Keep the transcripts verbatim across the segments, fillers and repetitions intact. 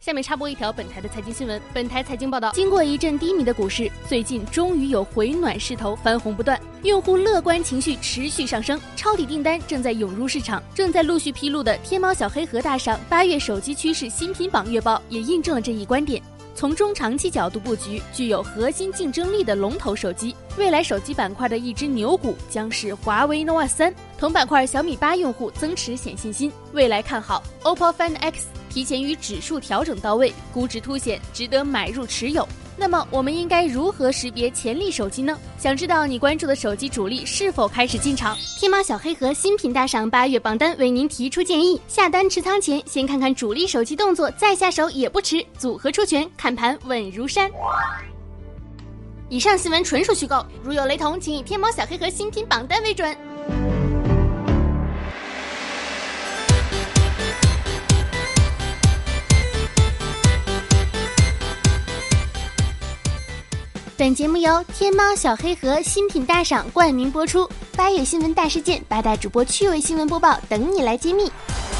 下面插播一条本台的财经新闻。本台财经报道，经过一阵低迷的股市，最近终于有回暖势头，翻红不断，用户乐观情绪持续上升，抄底订单正在涌入市场。正在陆续披露的天猫小黑盒大赏八月手机趋势新品榜月报也印证了这一观点。从中长期角度布局，具有核心竞争力的龙头手机，未来手机板块的一只牛股将是华为 nova 三。同板块小米八用户增持显信心，未来看好。 O P P O Find X 提前与指数调整到位，估值凸显，值得买入持有。那么我们应该如何识别潜力手机呢？想知道你关注的手机主力是否开始进场？天猫小黑盒新品大赏八月榜单为您提出建议，下单持仓前先看看主力手机动作，再下手也不迟。组合出拳，看盘稳如山。以上新闻纯属虚构，如有雷同，请以天猫小黑盒新品榜单为准。本节目由天猫小黑盒新品大赏冠名播出，八月新闻大事件，八大主播趣味新闻播报等你来揭秘。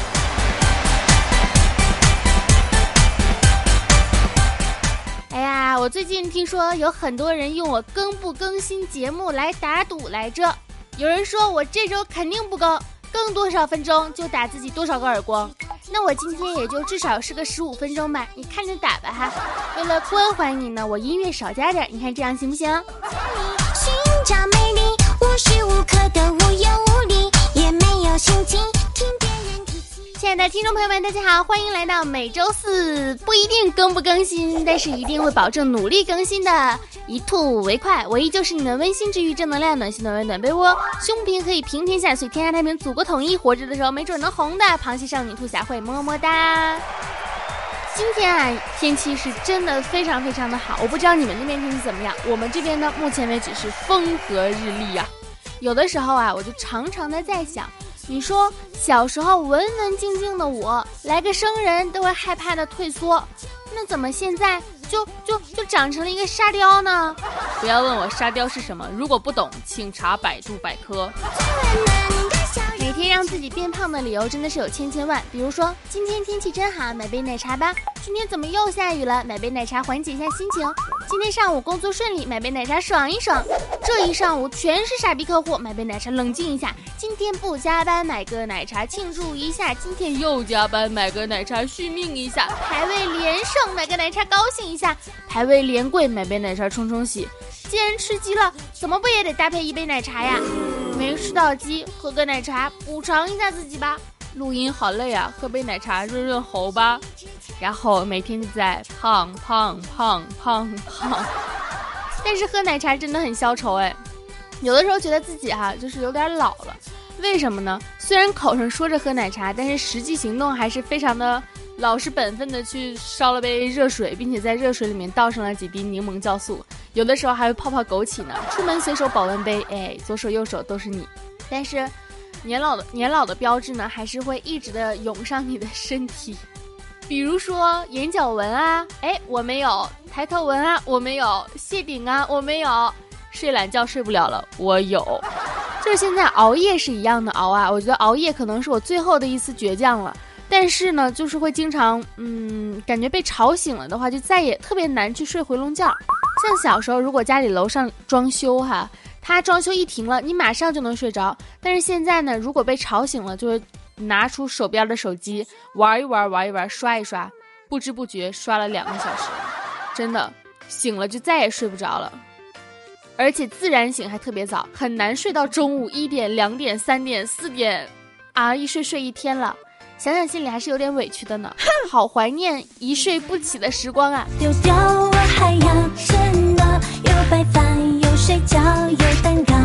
哎呀，我最近听说有很多人用我更不更新节目来打赌来着，有人说我这周肯定不更，更多少分钟就打自己多少个耳光。那我今天也就至少是个十五分钟吧，你看着打吧哈。为了关怀你呢，我音乐少加点，你看这样行不行？寻找美丽，无时无刻的无忧无虑，也没有心情听别人提起。亲爱的听众朋友们，大家好，欢迎来到每周四不一定更不更新，但是一定会保证努力更新的一吐为快。我依旧是你的温馨治愈正能量暖心暖胃暖被窝，胸平可以平天下，所以天下太平，祖国统一，活着的时候没准能红的螃蟹少女兔小慧，么么哒。今天啊，天气是真的非常非常的好，我不知道你们那边天气怎么样，我们这边呢，目前为止是风和日丽啊。有的时候啊，我就常常的在想，你说小时候文文静静的我，来个生人都会害怕的退缩，那怎么现在就就就长成了一个沙雕呢？不要问我沙雕是什么，如果不懂，请查百度百科。每天让自己变胖的理由真的是有千千万，比如说今天天气真好，买杯奶茶吧；今天怎么又下雨了，买杯奶茶缓解一下心情；今天上午工作顺利，买杯奶茶爽一爽；这一上午全是傻逼客户，买杯奶茶冷静一下；今天不加班，买个奶茶庆祝一下；今天又加班，买个奶茶续命一下；排位连胜，买个奶茶高兴一下；排位连跪，买杯奶茶冲冲喜。既然吃鸡了，怎么不也得搭配一杯奶茶呀？没吃到鸡，喝个奶茶补偿一下自己吧。录音好累啊，喝杯奶茶润润喉吧。然后每天就在胖胖胖胖胖，但是喝奶茶真的很消愁哎。有的时候觉得自己哈、啊、就是有点老了，为什么呢？虽然口上说着喝奶茶，但是实际行动还是非常的老实本分的去烧了杯热水，并且在热水里面倒上了几滴柠檬酵素，有的时候还会泡泡枸杞呢。出门随手保温杯，哎，左手右手都是你。但是年老的年老的标志呢，还是会一直的涌上你的身体。比如说眼角纹啊，哎，我没有；抬头纹啊，我没有；谢顶啊，我没有；睡懒觉睡不了了，我有。就是现在熬夜是一样的熬啊，我觉得熬夜可能是我最后的一丝倔强了。但是呢，就是会经常，嗯，感觉被吵醒了的话，就再也特别难去睡回笼觉。像小时候，如果家里楼上装修哈，它装修一停了，你马上就能睡着。但是现在呢，如果被吵醒了，就会拿出手边的手机玩一玩，玩一玩，刷一刷，不知不觉刷了两个小时，真的醒了就再也睡不着了。而且自然醒还特别早，很难睡到中午一点、两点、三点、四点，啊，一睡睡一天了。想想心里还是有点委屈的呢，好怀念一睡不起的时光啊！丢掉我还要承诺，有白饭，有水饺，有蛋糕。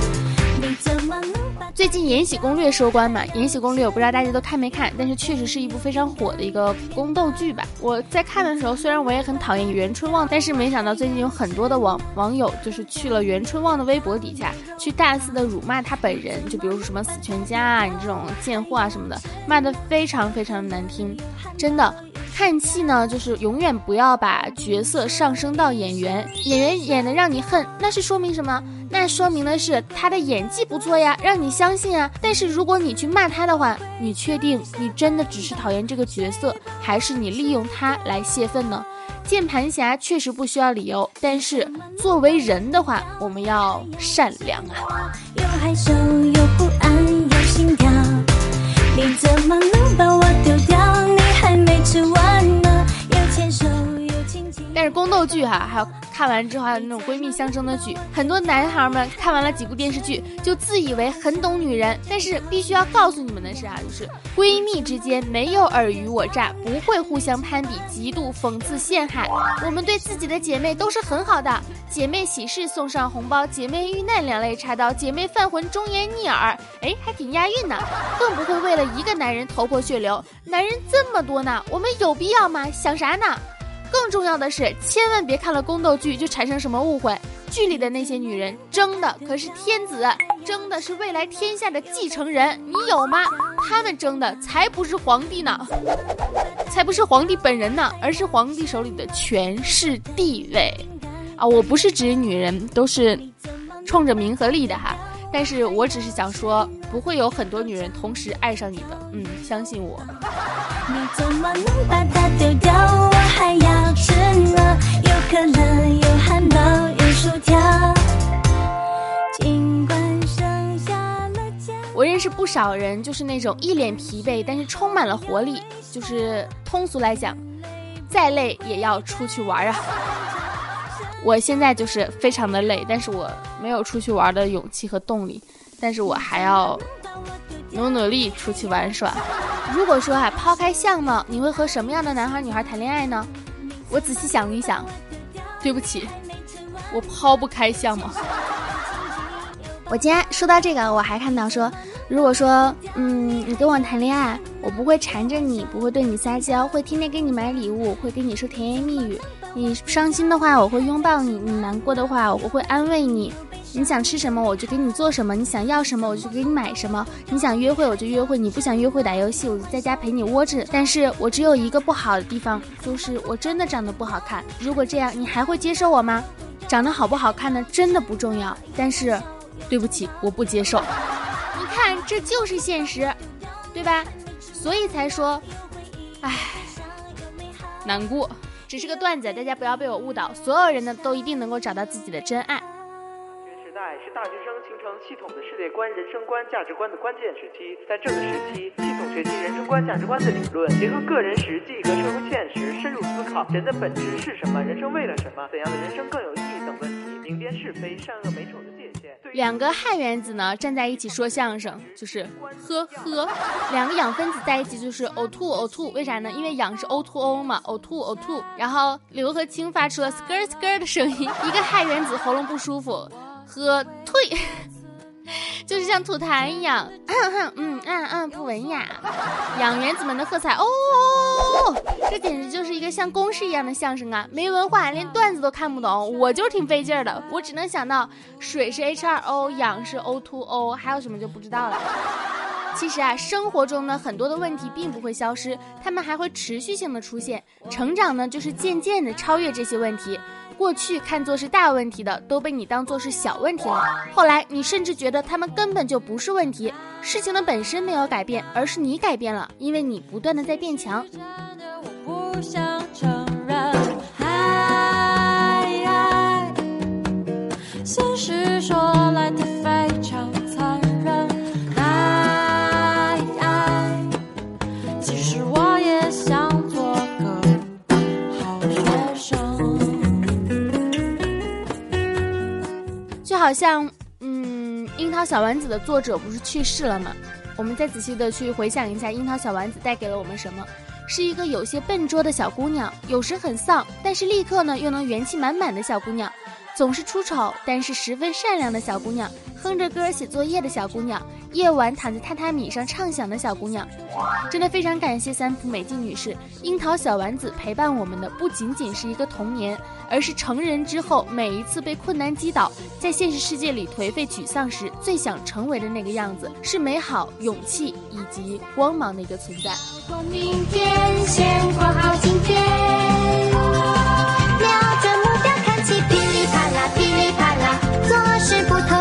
最近《延禧攻略》收官嘛，《延禧攻略》我不知道大家都看没看，但是确实是一部非常火的一个宫斗剧吧。我在看的时候，虽然我也很讨厌袁春望，但是没想到最近有很多的网网友就是去了袁春望的微博底下，去大肆的辱骂他本人，就比如说什么死全家啊，你这种贱货啊什么的，骂得非常非常难听。真的看戏呢，就是永远不要把角色上升到演员，演员演的让你恨，那是说明什么？ 那说明的是他的演技不错呀，让你相信啊。但是如果你去骂他的话，你确定你真的只是讨厌这个角色，还是你利用他来泄愤呢？键盘侠确实不需要理由，但是作为人的话，我们要善良啊。 有害羞，有不安，有心跳，你怎么能把我丢掉？你还没吃完呢，有牵手，有亲亲。 但是宫斗剧哈，还有看完之后还有那种闺蜜相争的剧，很多男孩们看完了几部电视剧就自以为很懂女人，但是必须要告诉你们的是啊，就是闺蜜之间没有尔虞我诈，不会互相攀比、嫉妒、讽刺、陷害。我们对自己的姐妹都是很好的，姐妹喜事送上红包，姐妹遇难两肋插刀，姐妹犯浑忠言逆耳，哎，还挺押韵呢。更不会为了一个男人头破血流，男人这么多呢，我们有必要吗？想啥呢？更重要的是，千万别看了宫斗剧就产生什么误会。剧里的那些女人争的可是天子，争的是未来天下的继承人，你有吗？他们争的才不是皇帝呢，才不是皇帝本人呢，而是皇帝手里的权势地位啊！我不是指女人都是冲着名和利的哈，但是我只是想说，不会有很多女人同时爱上你的，嗯，相信我。 你怎么能把它丢掉？我还要吃呢，有可乐，有汉堡，有薯条。尽管剩下了家。 我认识不少人，就是那种一脸疲惫，但是充满了活力。就是通俗来讲，再累也要出去玩啊。我现在就是非常的累，但是我没有出去玩的勇气和动力，但是我还要努努力出去玩耍。如果说啊，抛开相貌，你会和什么样的男孩女孩谈恋爱呢？我仔细想一想，对不起，我抛不开相貌。我今天说到这个，我还看到说，如果说嗯你跟我谈恋爱，我不会缠着你，不会对你撒娇，会天天给你买礼物，会跟你说甜言蜜语，你伤心的话我会拥抱你，你难过的话我会安慰你，你想吃什么我就给你做什么，你想要什么我就给你买什么，你想约会我就约会，你不想约会打游戏我就在家陪你窝着。但是我只有一个不好的地方，就是我真的长得不好看。如果这样你还会接受我吗？长得好不好看呢真的不重要，但是对不起，我不接受。你看这就是现实，对吧？所以才说唉，难过。只是个段子，大家不要被我误导，所有人呢都一定能够找到自己的真爱。 时代是大学生形成系统的世界观、人生观、价值观的关键时期。在这个时期，系统学习人生观、价值观的理论，结合个人实际和社会现实，深入思考人的本质是什么，人生为了什么，怎样的人生更有意义等问题，明辨是非、善恶美丑的界限。 两个氦原子呢站在一起说相声，就是呵呵；两个氧分子在一起就是呕吐呕吐。为啥呢？因为氧是 O 二 O 嘛，呕吐呕吐。然后刘和清发出了 skr skr 的声音，一个氦原子喉咙不舒服，喝退。就是像吐痰一样，嗯嗯嗯嗯，不文雅。氧原子们的喝彩，哦，这简直就是一个像公式一样的相声啊！没文化，连段子都看不懂，我就挺费劲儿的。我只能想到水是 H 二 O， 氧是 O 二 O， 还有什么就不知道了。其实啊，生活中呢很多的问题并不会消失，它们还会持续性的出现。成长呢，就是渐渐的超越这些问题。过去看作是大问题的，都被你当作是小问题了。后来你甚至觉得他们根本就不是问题，事情的本身没有改变，而是你改变了，因为你不断的在变强。 我不想承认，嗨嗨，现实说来的非常残忍，嗨嗨，其实我也想做个好学生。 就好像嗯樱桃小丸子的作者不是去世了吗？我们再仔细的去回想一下樱桃小丸子带给了我们什么。是一个有些笨拙的小姑娘，有时很丧，但是立刻呢又能元气满满的小姑娘，总是出丑但是十分善良的小姑娘，哼着歌写作业的小姑娘，夜晚躺在榻榻米上畅想的小姑娘。真的非常感谢三浦美纪女士，樱桃小丸子陪伴我们的不仅仅是一个童年，而是成人之后每一次被困难击倒，在现实世界里颓废沮丧时最想成为的那个样子，是美好、勇气以及光芒的一个存在。 过明天，先过好今天，瞄准目标看齐，噼里啪啦噼里啪啦，做事不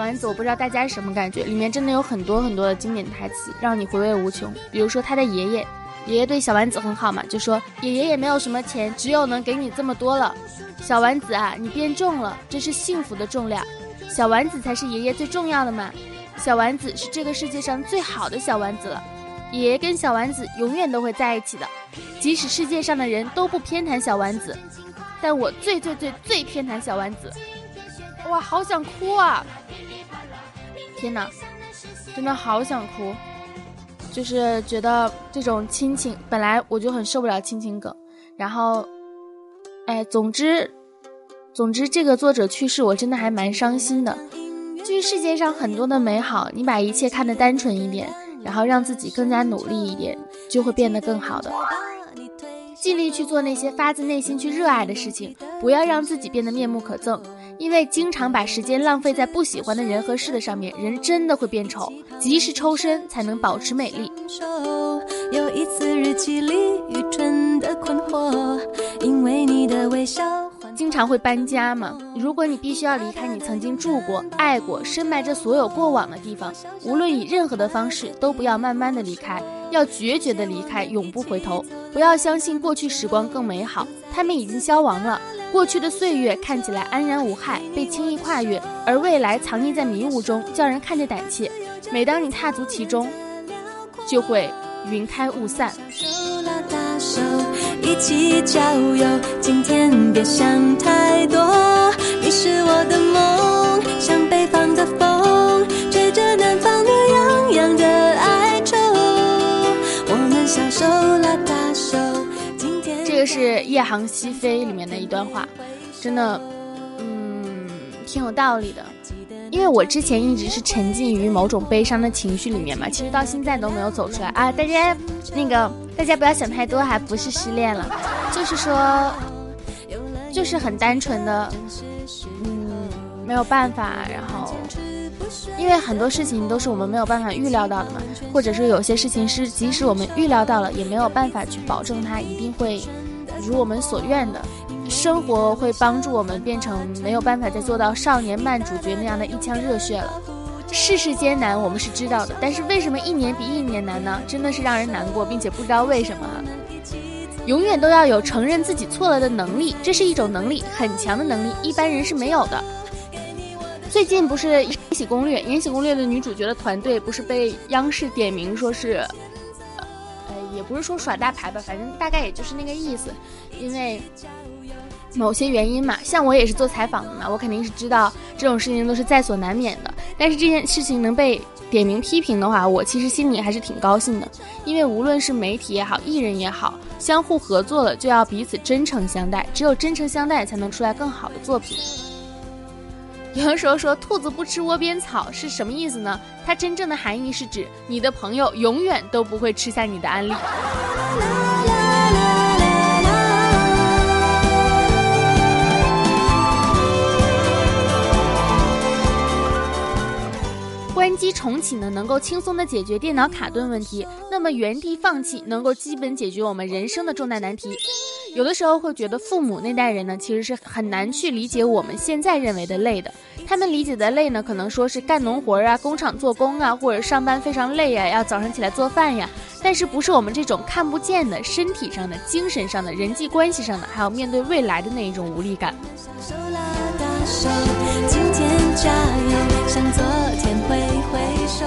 丸子我不知道大家是什么感觉，里面真的有很多很多的经典台词让你回味无穷。比如说他的爷爷爷爷对小丸子很好嘛，就说爷爷也没有什么钱，只有能给你这么多了，小丸子啊，你变重了，这是幸福的重量，小丸子才是爷爷最重要的嘛，小丸子是这个世界上最好的小丸子了，爷爷跟小丸子永远都会在一起的，即使世界上的人都不偏袒小丸子，但我最最最最偏袒小丸子。哇，好想哭啊！天哪，真的好想哭。就是觉得这种亲情，本来我就很受不了亲情梗，然后哎，总之总之这个作者去世我真的还蛮伤心的。就是世界上很多的美好，你把一切看得单纯一点，然后让自己更加努力一点，就会变得更好的。尽力去做那些发自内心去热爱的事情，不要让自己变得面目可憎，因为经常把时间浪费在不喜欢的人和事的上面，人真的会变丑，及时抽身才能保持美丽。 有一次日记里愚蠢的困惑，因为你的微笑。 经常会搬家嘛，如果你必须要离开你曾经住过、爱过、深埋着所有过往的地方，无论以任何的方式，都不要慢慢的离开，要决绝的离开，永不回头。不要相信过去时光更美好，它们已经消亡了。过去的岁月看起来安然无害，被轻易跨越，而未来藏匿在迷雾中，叫人看着胆怯。每当你踏足其中，就会云开雾散。 手拉大手一起郊游，今天别想太多，你是我的梦，像北方的风，吹着南方暖洋洋的哀愁，我们小手拉大手，今天。 这个是《夜航西飞》里面的一段话，真的嗯挺有道理的。因为我之前一直是沉浸于某种悲伤的情绪里面嘛，其实到现在都没有走出来啊！大家那个大家不要想太多，还不是失恋了，就是说就是很单纯的嗯没有办法，然后因为很多事情都是我们没有办法预料到的嘛，或者说有些事情是即使我们预料到了，也没有办法去保证它一定会如我们所愿的。生活会帮助我们变成没有办法再做到少年慢主角那样的一腔热血了。世事艰难我们是知道的，但是为什么一年比一年难呢？真的是让人难过，并且不知道为什么。永远都要有承认自己错了的能力，这是一种能力，很强的能力，一般人是没有的。最近不是《延禧攻略》《延禧攻略》的女主角的团队不是被央视点名说是呃，也不是说耍大牌吧，反正大概也就是那个意思。因为某些原因嘛，像我也是做采访的嘛，我肯定是知道这种事情都是在所难免的，但是这件事情能被点名批评的话，我其实心里还是挺高兴的。因为无论是媒体也好，艺人也好，相互合作了就要彼此真诚相待，只有真诚相待才能出来更好的作品。有的时候说兔子不吃窝边草是什么意思呢？它真正的含义是指你的朋友永远都不会吃下你的安利。关机重启呢，能够轻松的解决电脑卡顿问题，那么原地放弃能够基本解决我们人生的重大难题。有的时候会觉得父母那代人呢，其实是很难去理解我们现在认为的累的。他们理解的累呢，可能说是干农活啊，工厂做工啊，或者上班非常累啊，要早上起来做饭呀。但是不是我们这种看不见的身体上的、精神上的、人际关系上的，还有面对未来的那一种无力感。 手拉大手，今天加油，向昨天挥挥手。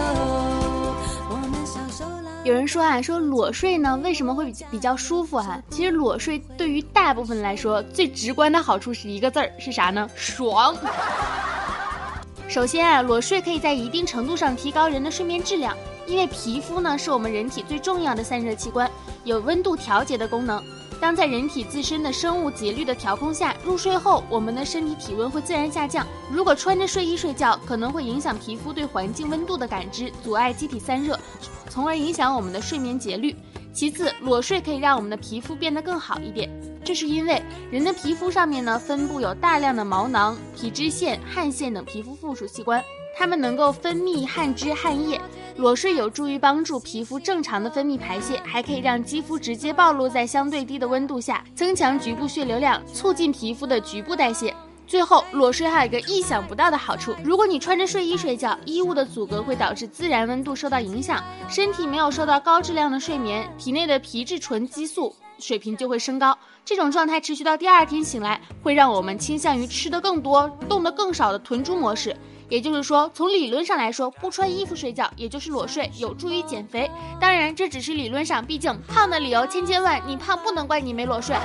有人说啊，说裸睡呢为什么会比较舒服啊？其实裸睡对于大部分来说，最直观的好处是一个字儿，是啥呢？爽。首先啊，裸睡可以在一定程度上提高人的睡眠质量，因为皮肤呢是我们人体最重要的散热器官，有温度调节的功能。当在人体自身的生物节律的调控下，入睡后我们的身体体温会自然下降。如果穿着睡衣睡觉，可能会影响皮肤对环境温度的感知，阻碍机体散热，从而影响我们的睡眠节律。其次，裸睡可以让我们的皮肤变得更好一点，这是因为人的皮肤上面呢分布有大量的毛囊、皮脂腺、汗腺等皮肤附属器官，它们能够分泌汗汁、汗液。裸睡有助于帮助皮肤正常的分泌排泄，还可以让肌肤直接暴露在相对低的温度下，增强局部血流量，促进皮肤的局部代谢。 最后，裸睡还有一个意想不到的好处，如果你穿着睡衣睡觉，衣物的阻隔会导致自然温度受到影响，身体没有受到高质量的睡眠，体内的皮质醇激素水平就会升高，这种状态持续到第二天醒来，会让我们倾向于吃得更多、动得更少的豚猪模式。也就是说，从理论上来说，不穿衣服睡觉，也就是裸睡，有助于减肥。当然，这只是理论上，毕竟胖的理由千千万，你胖不能怪你没裸睡。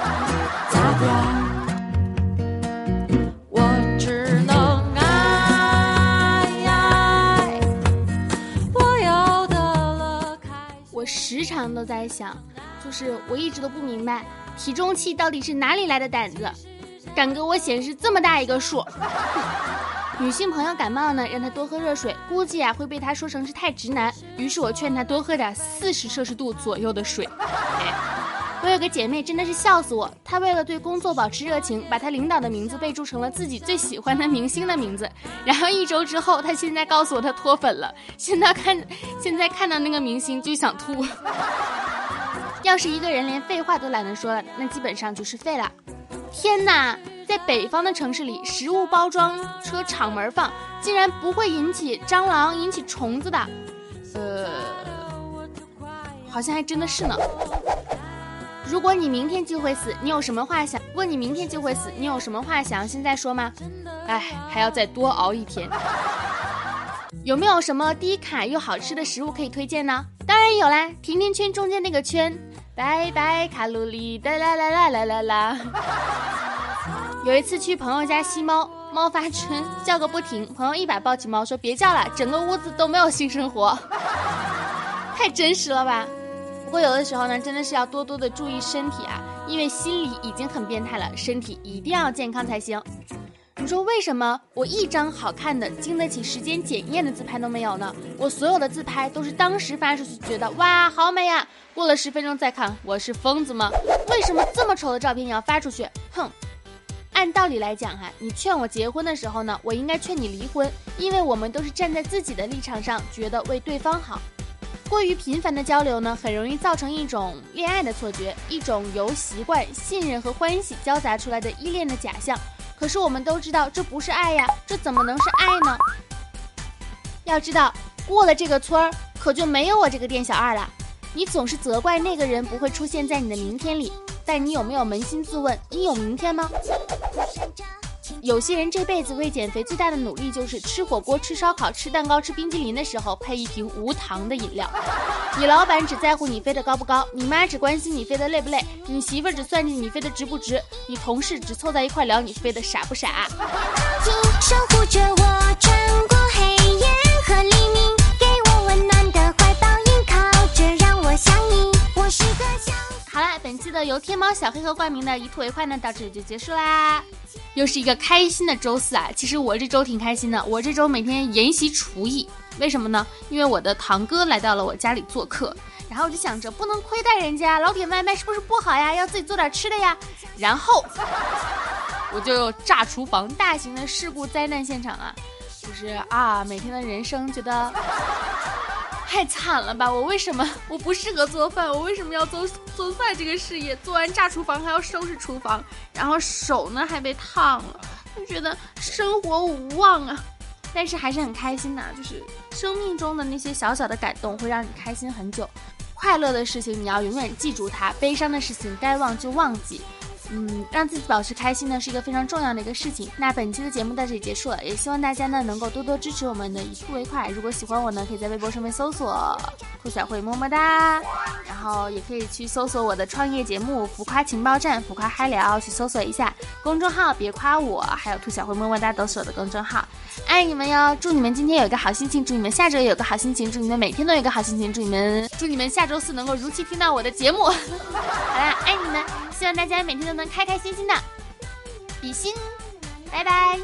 我只能爱爱，我又得了开心。 我时常都在想，就是我一直都不明白，体重器到底是哪里来的胆子，敢给我显示这么大一个数。女性朋友感冒呢，让她多喝热水，估计啊会被她说成是太直男，于是我劝她多喝点四十摄氏度左右的水。我有个姐妹真的是笑死我，她为了对工作保持热情，把她领导的名字备注成了自己最喜欢的明星的名字，然后一周之后，她现在告诉我她脱粉了，现在看现在看到那个明星就想吐。要是一个人连废话都懒得说了，那基本上就是废了。天哪，在北方的城市里，食物包装车敞门放，竟然不会引起蟑螂、引起虫子的，呃，好像还真的是呢。如果你明天就会死，你有什么话想？问你明天就会死，你有什么话想现在说吗？哎，还要再多熬一天。有没有什么低卡又好吃的食物可以推荐呢？当然有啦，甜甜圈中间那个圈，拜拜卡路里的啦啦啦啦啦啦。有一次去朋友家吸猫，猫发春叫个不停，朋友一把抱起猫说别叫了，整个屋子都没有性生活。太真实了吧。不过有的时候呢，真的是要多多的注意身体啊，因为心理已经很变态了，身体一定要健康才行。你说为什么我一张好看的经得起时间检验的自拍都没有呢？我所有的自拍都是当时发出去觉得哇好美呀，过了十分钟再看，我是疯子吗？为什么这么丑的照片也要发出去？哼！按道理来讲哈，你劝我结婚的时候呢，我应该劝你离婚，因为我们都是站在自己的立场上，觉得为对方好。过于频繁的交流呢，很容易造成一种恋爱的错觉，一种由习惯、信任和欢喜交杂出来的依恋的假象。可是我们都知道，这不是爱呀，这怎么能是爱呢？要知道，过了这个村儿，可就没有我这个店小二了。你总是责怪那个人不会出现在你的明天里，但你有没有扪心自问，你有明天吗？有些人这辈子为减肥最大的努力就是吃火锅、吃烧烤、吃蛋糕、吃冰激凌的时候配一瓶无糖的饮料。你老板只在乎你飞得高不高，你妈只关心你飞得累不累，你媳妇儿只算计你飞得值不值，你同事只凑在一块聊你飞得傻不傻。 守护着我穿过黑夜和黎明，给我温暖的怀抱依靠着让我想你，我是个小。 好了，本期的由天猫小黑盒冠名的一吐为快呢到这里就结束啦。又是一个开心的周四啊！其实我这周挺开心的，我这周每天研习厨艺，为什么呢？因为我的堂哥来到了我家里做客，然后我就想着不能亏待人家，老点外卖是不是不好呀？要自己做点吃的呀。然后我就炸厨房，大型的事故灾难现场啊！就是啊，每天的人生觉得太惨了吧！我为什么我不适合做饭？我为什么要做做饭这个事业？做完炸厨房还要收拾厨房，然后手呢还被烫了，就觉得生活无望啊！但是还是很开心的，就是生命中的那些小小的感动会让你开心很久。快乐的事情你要永远记住它，悲伤的事情该忘就忘记。嗯，让自己保持开心呢是一个非常重要的一个事情。那本期的节目到这里结束了，也希望大家呢能够多多支持我们的一吐为快。如果喜欢我呢，可以在微博上面搜索兔小慧么么哒，然后也可以去搜索我的创业节目浮夸情报站、浮夸嗨聊，去搜索一下公众号，别夸我，还有兔小慧么么哒都是我的公众号。爱你们哟！祝你们今天有一个好心情，祝你们下周也有个好心情，祝你们每天都有一个好心情，祝你们祝你们下周四能够如期听到我的节目。好啦，爱你们！希望大家每天都能开开心心的，比心，拜拜。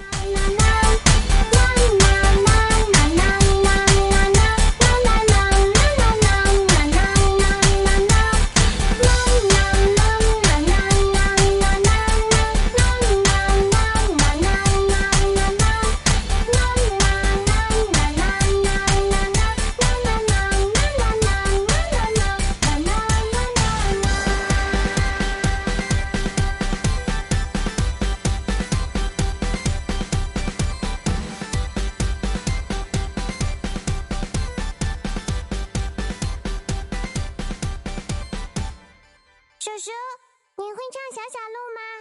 叔叔，你会唱小小鹿吗？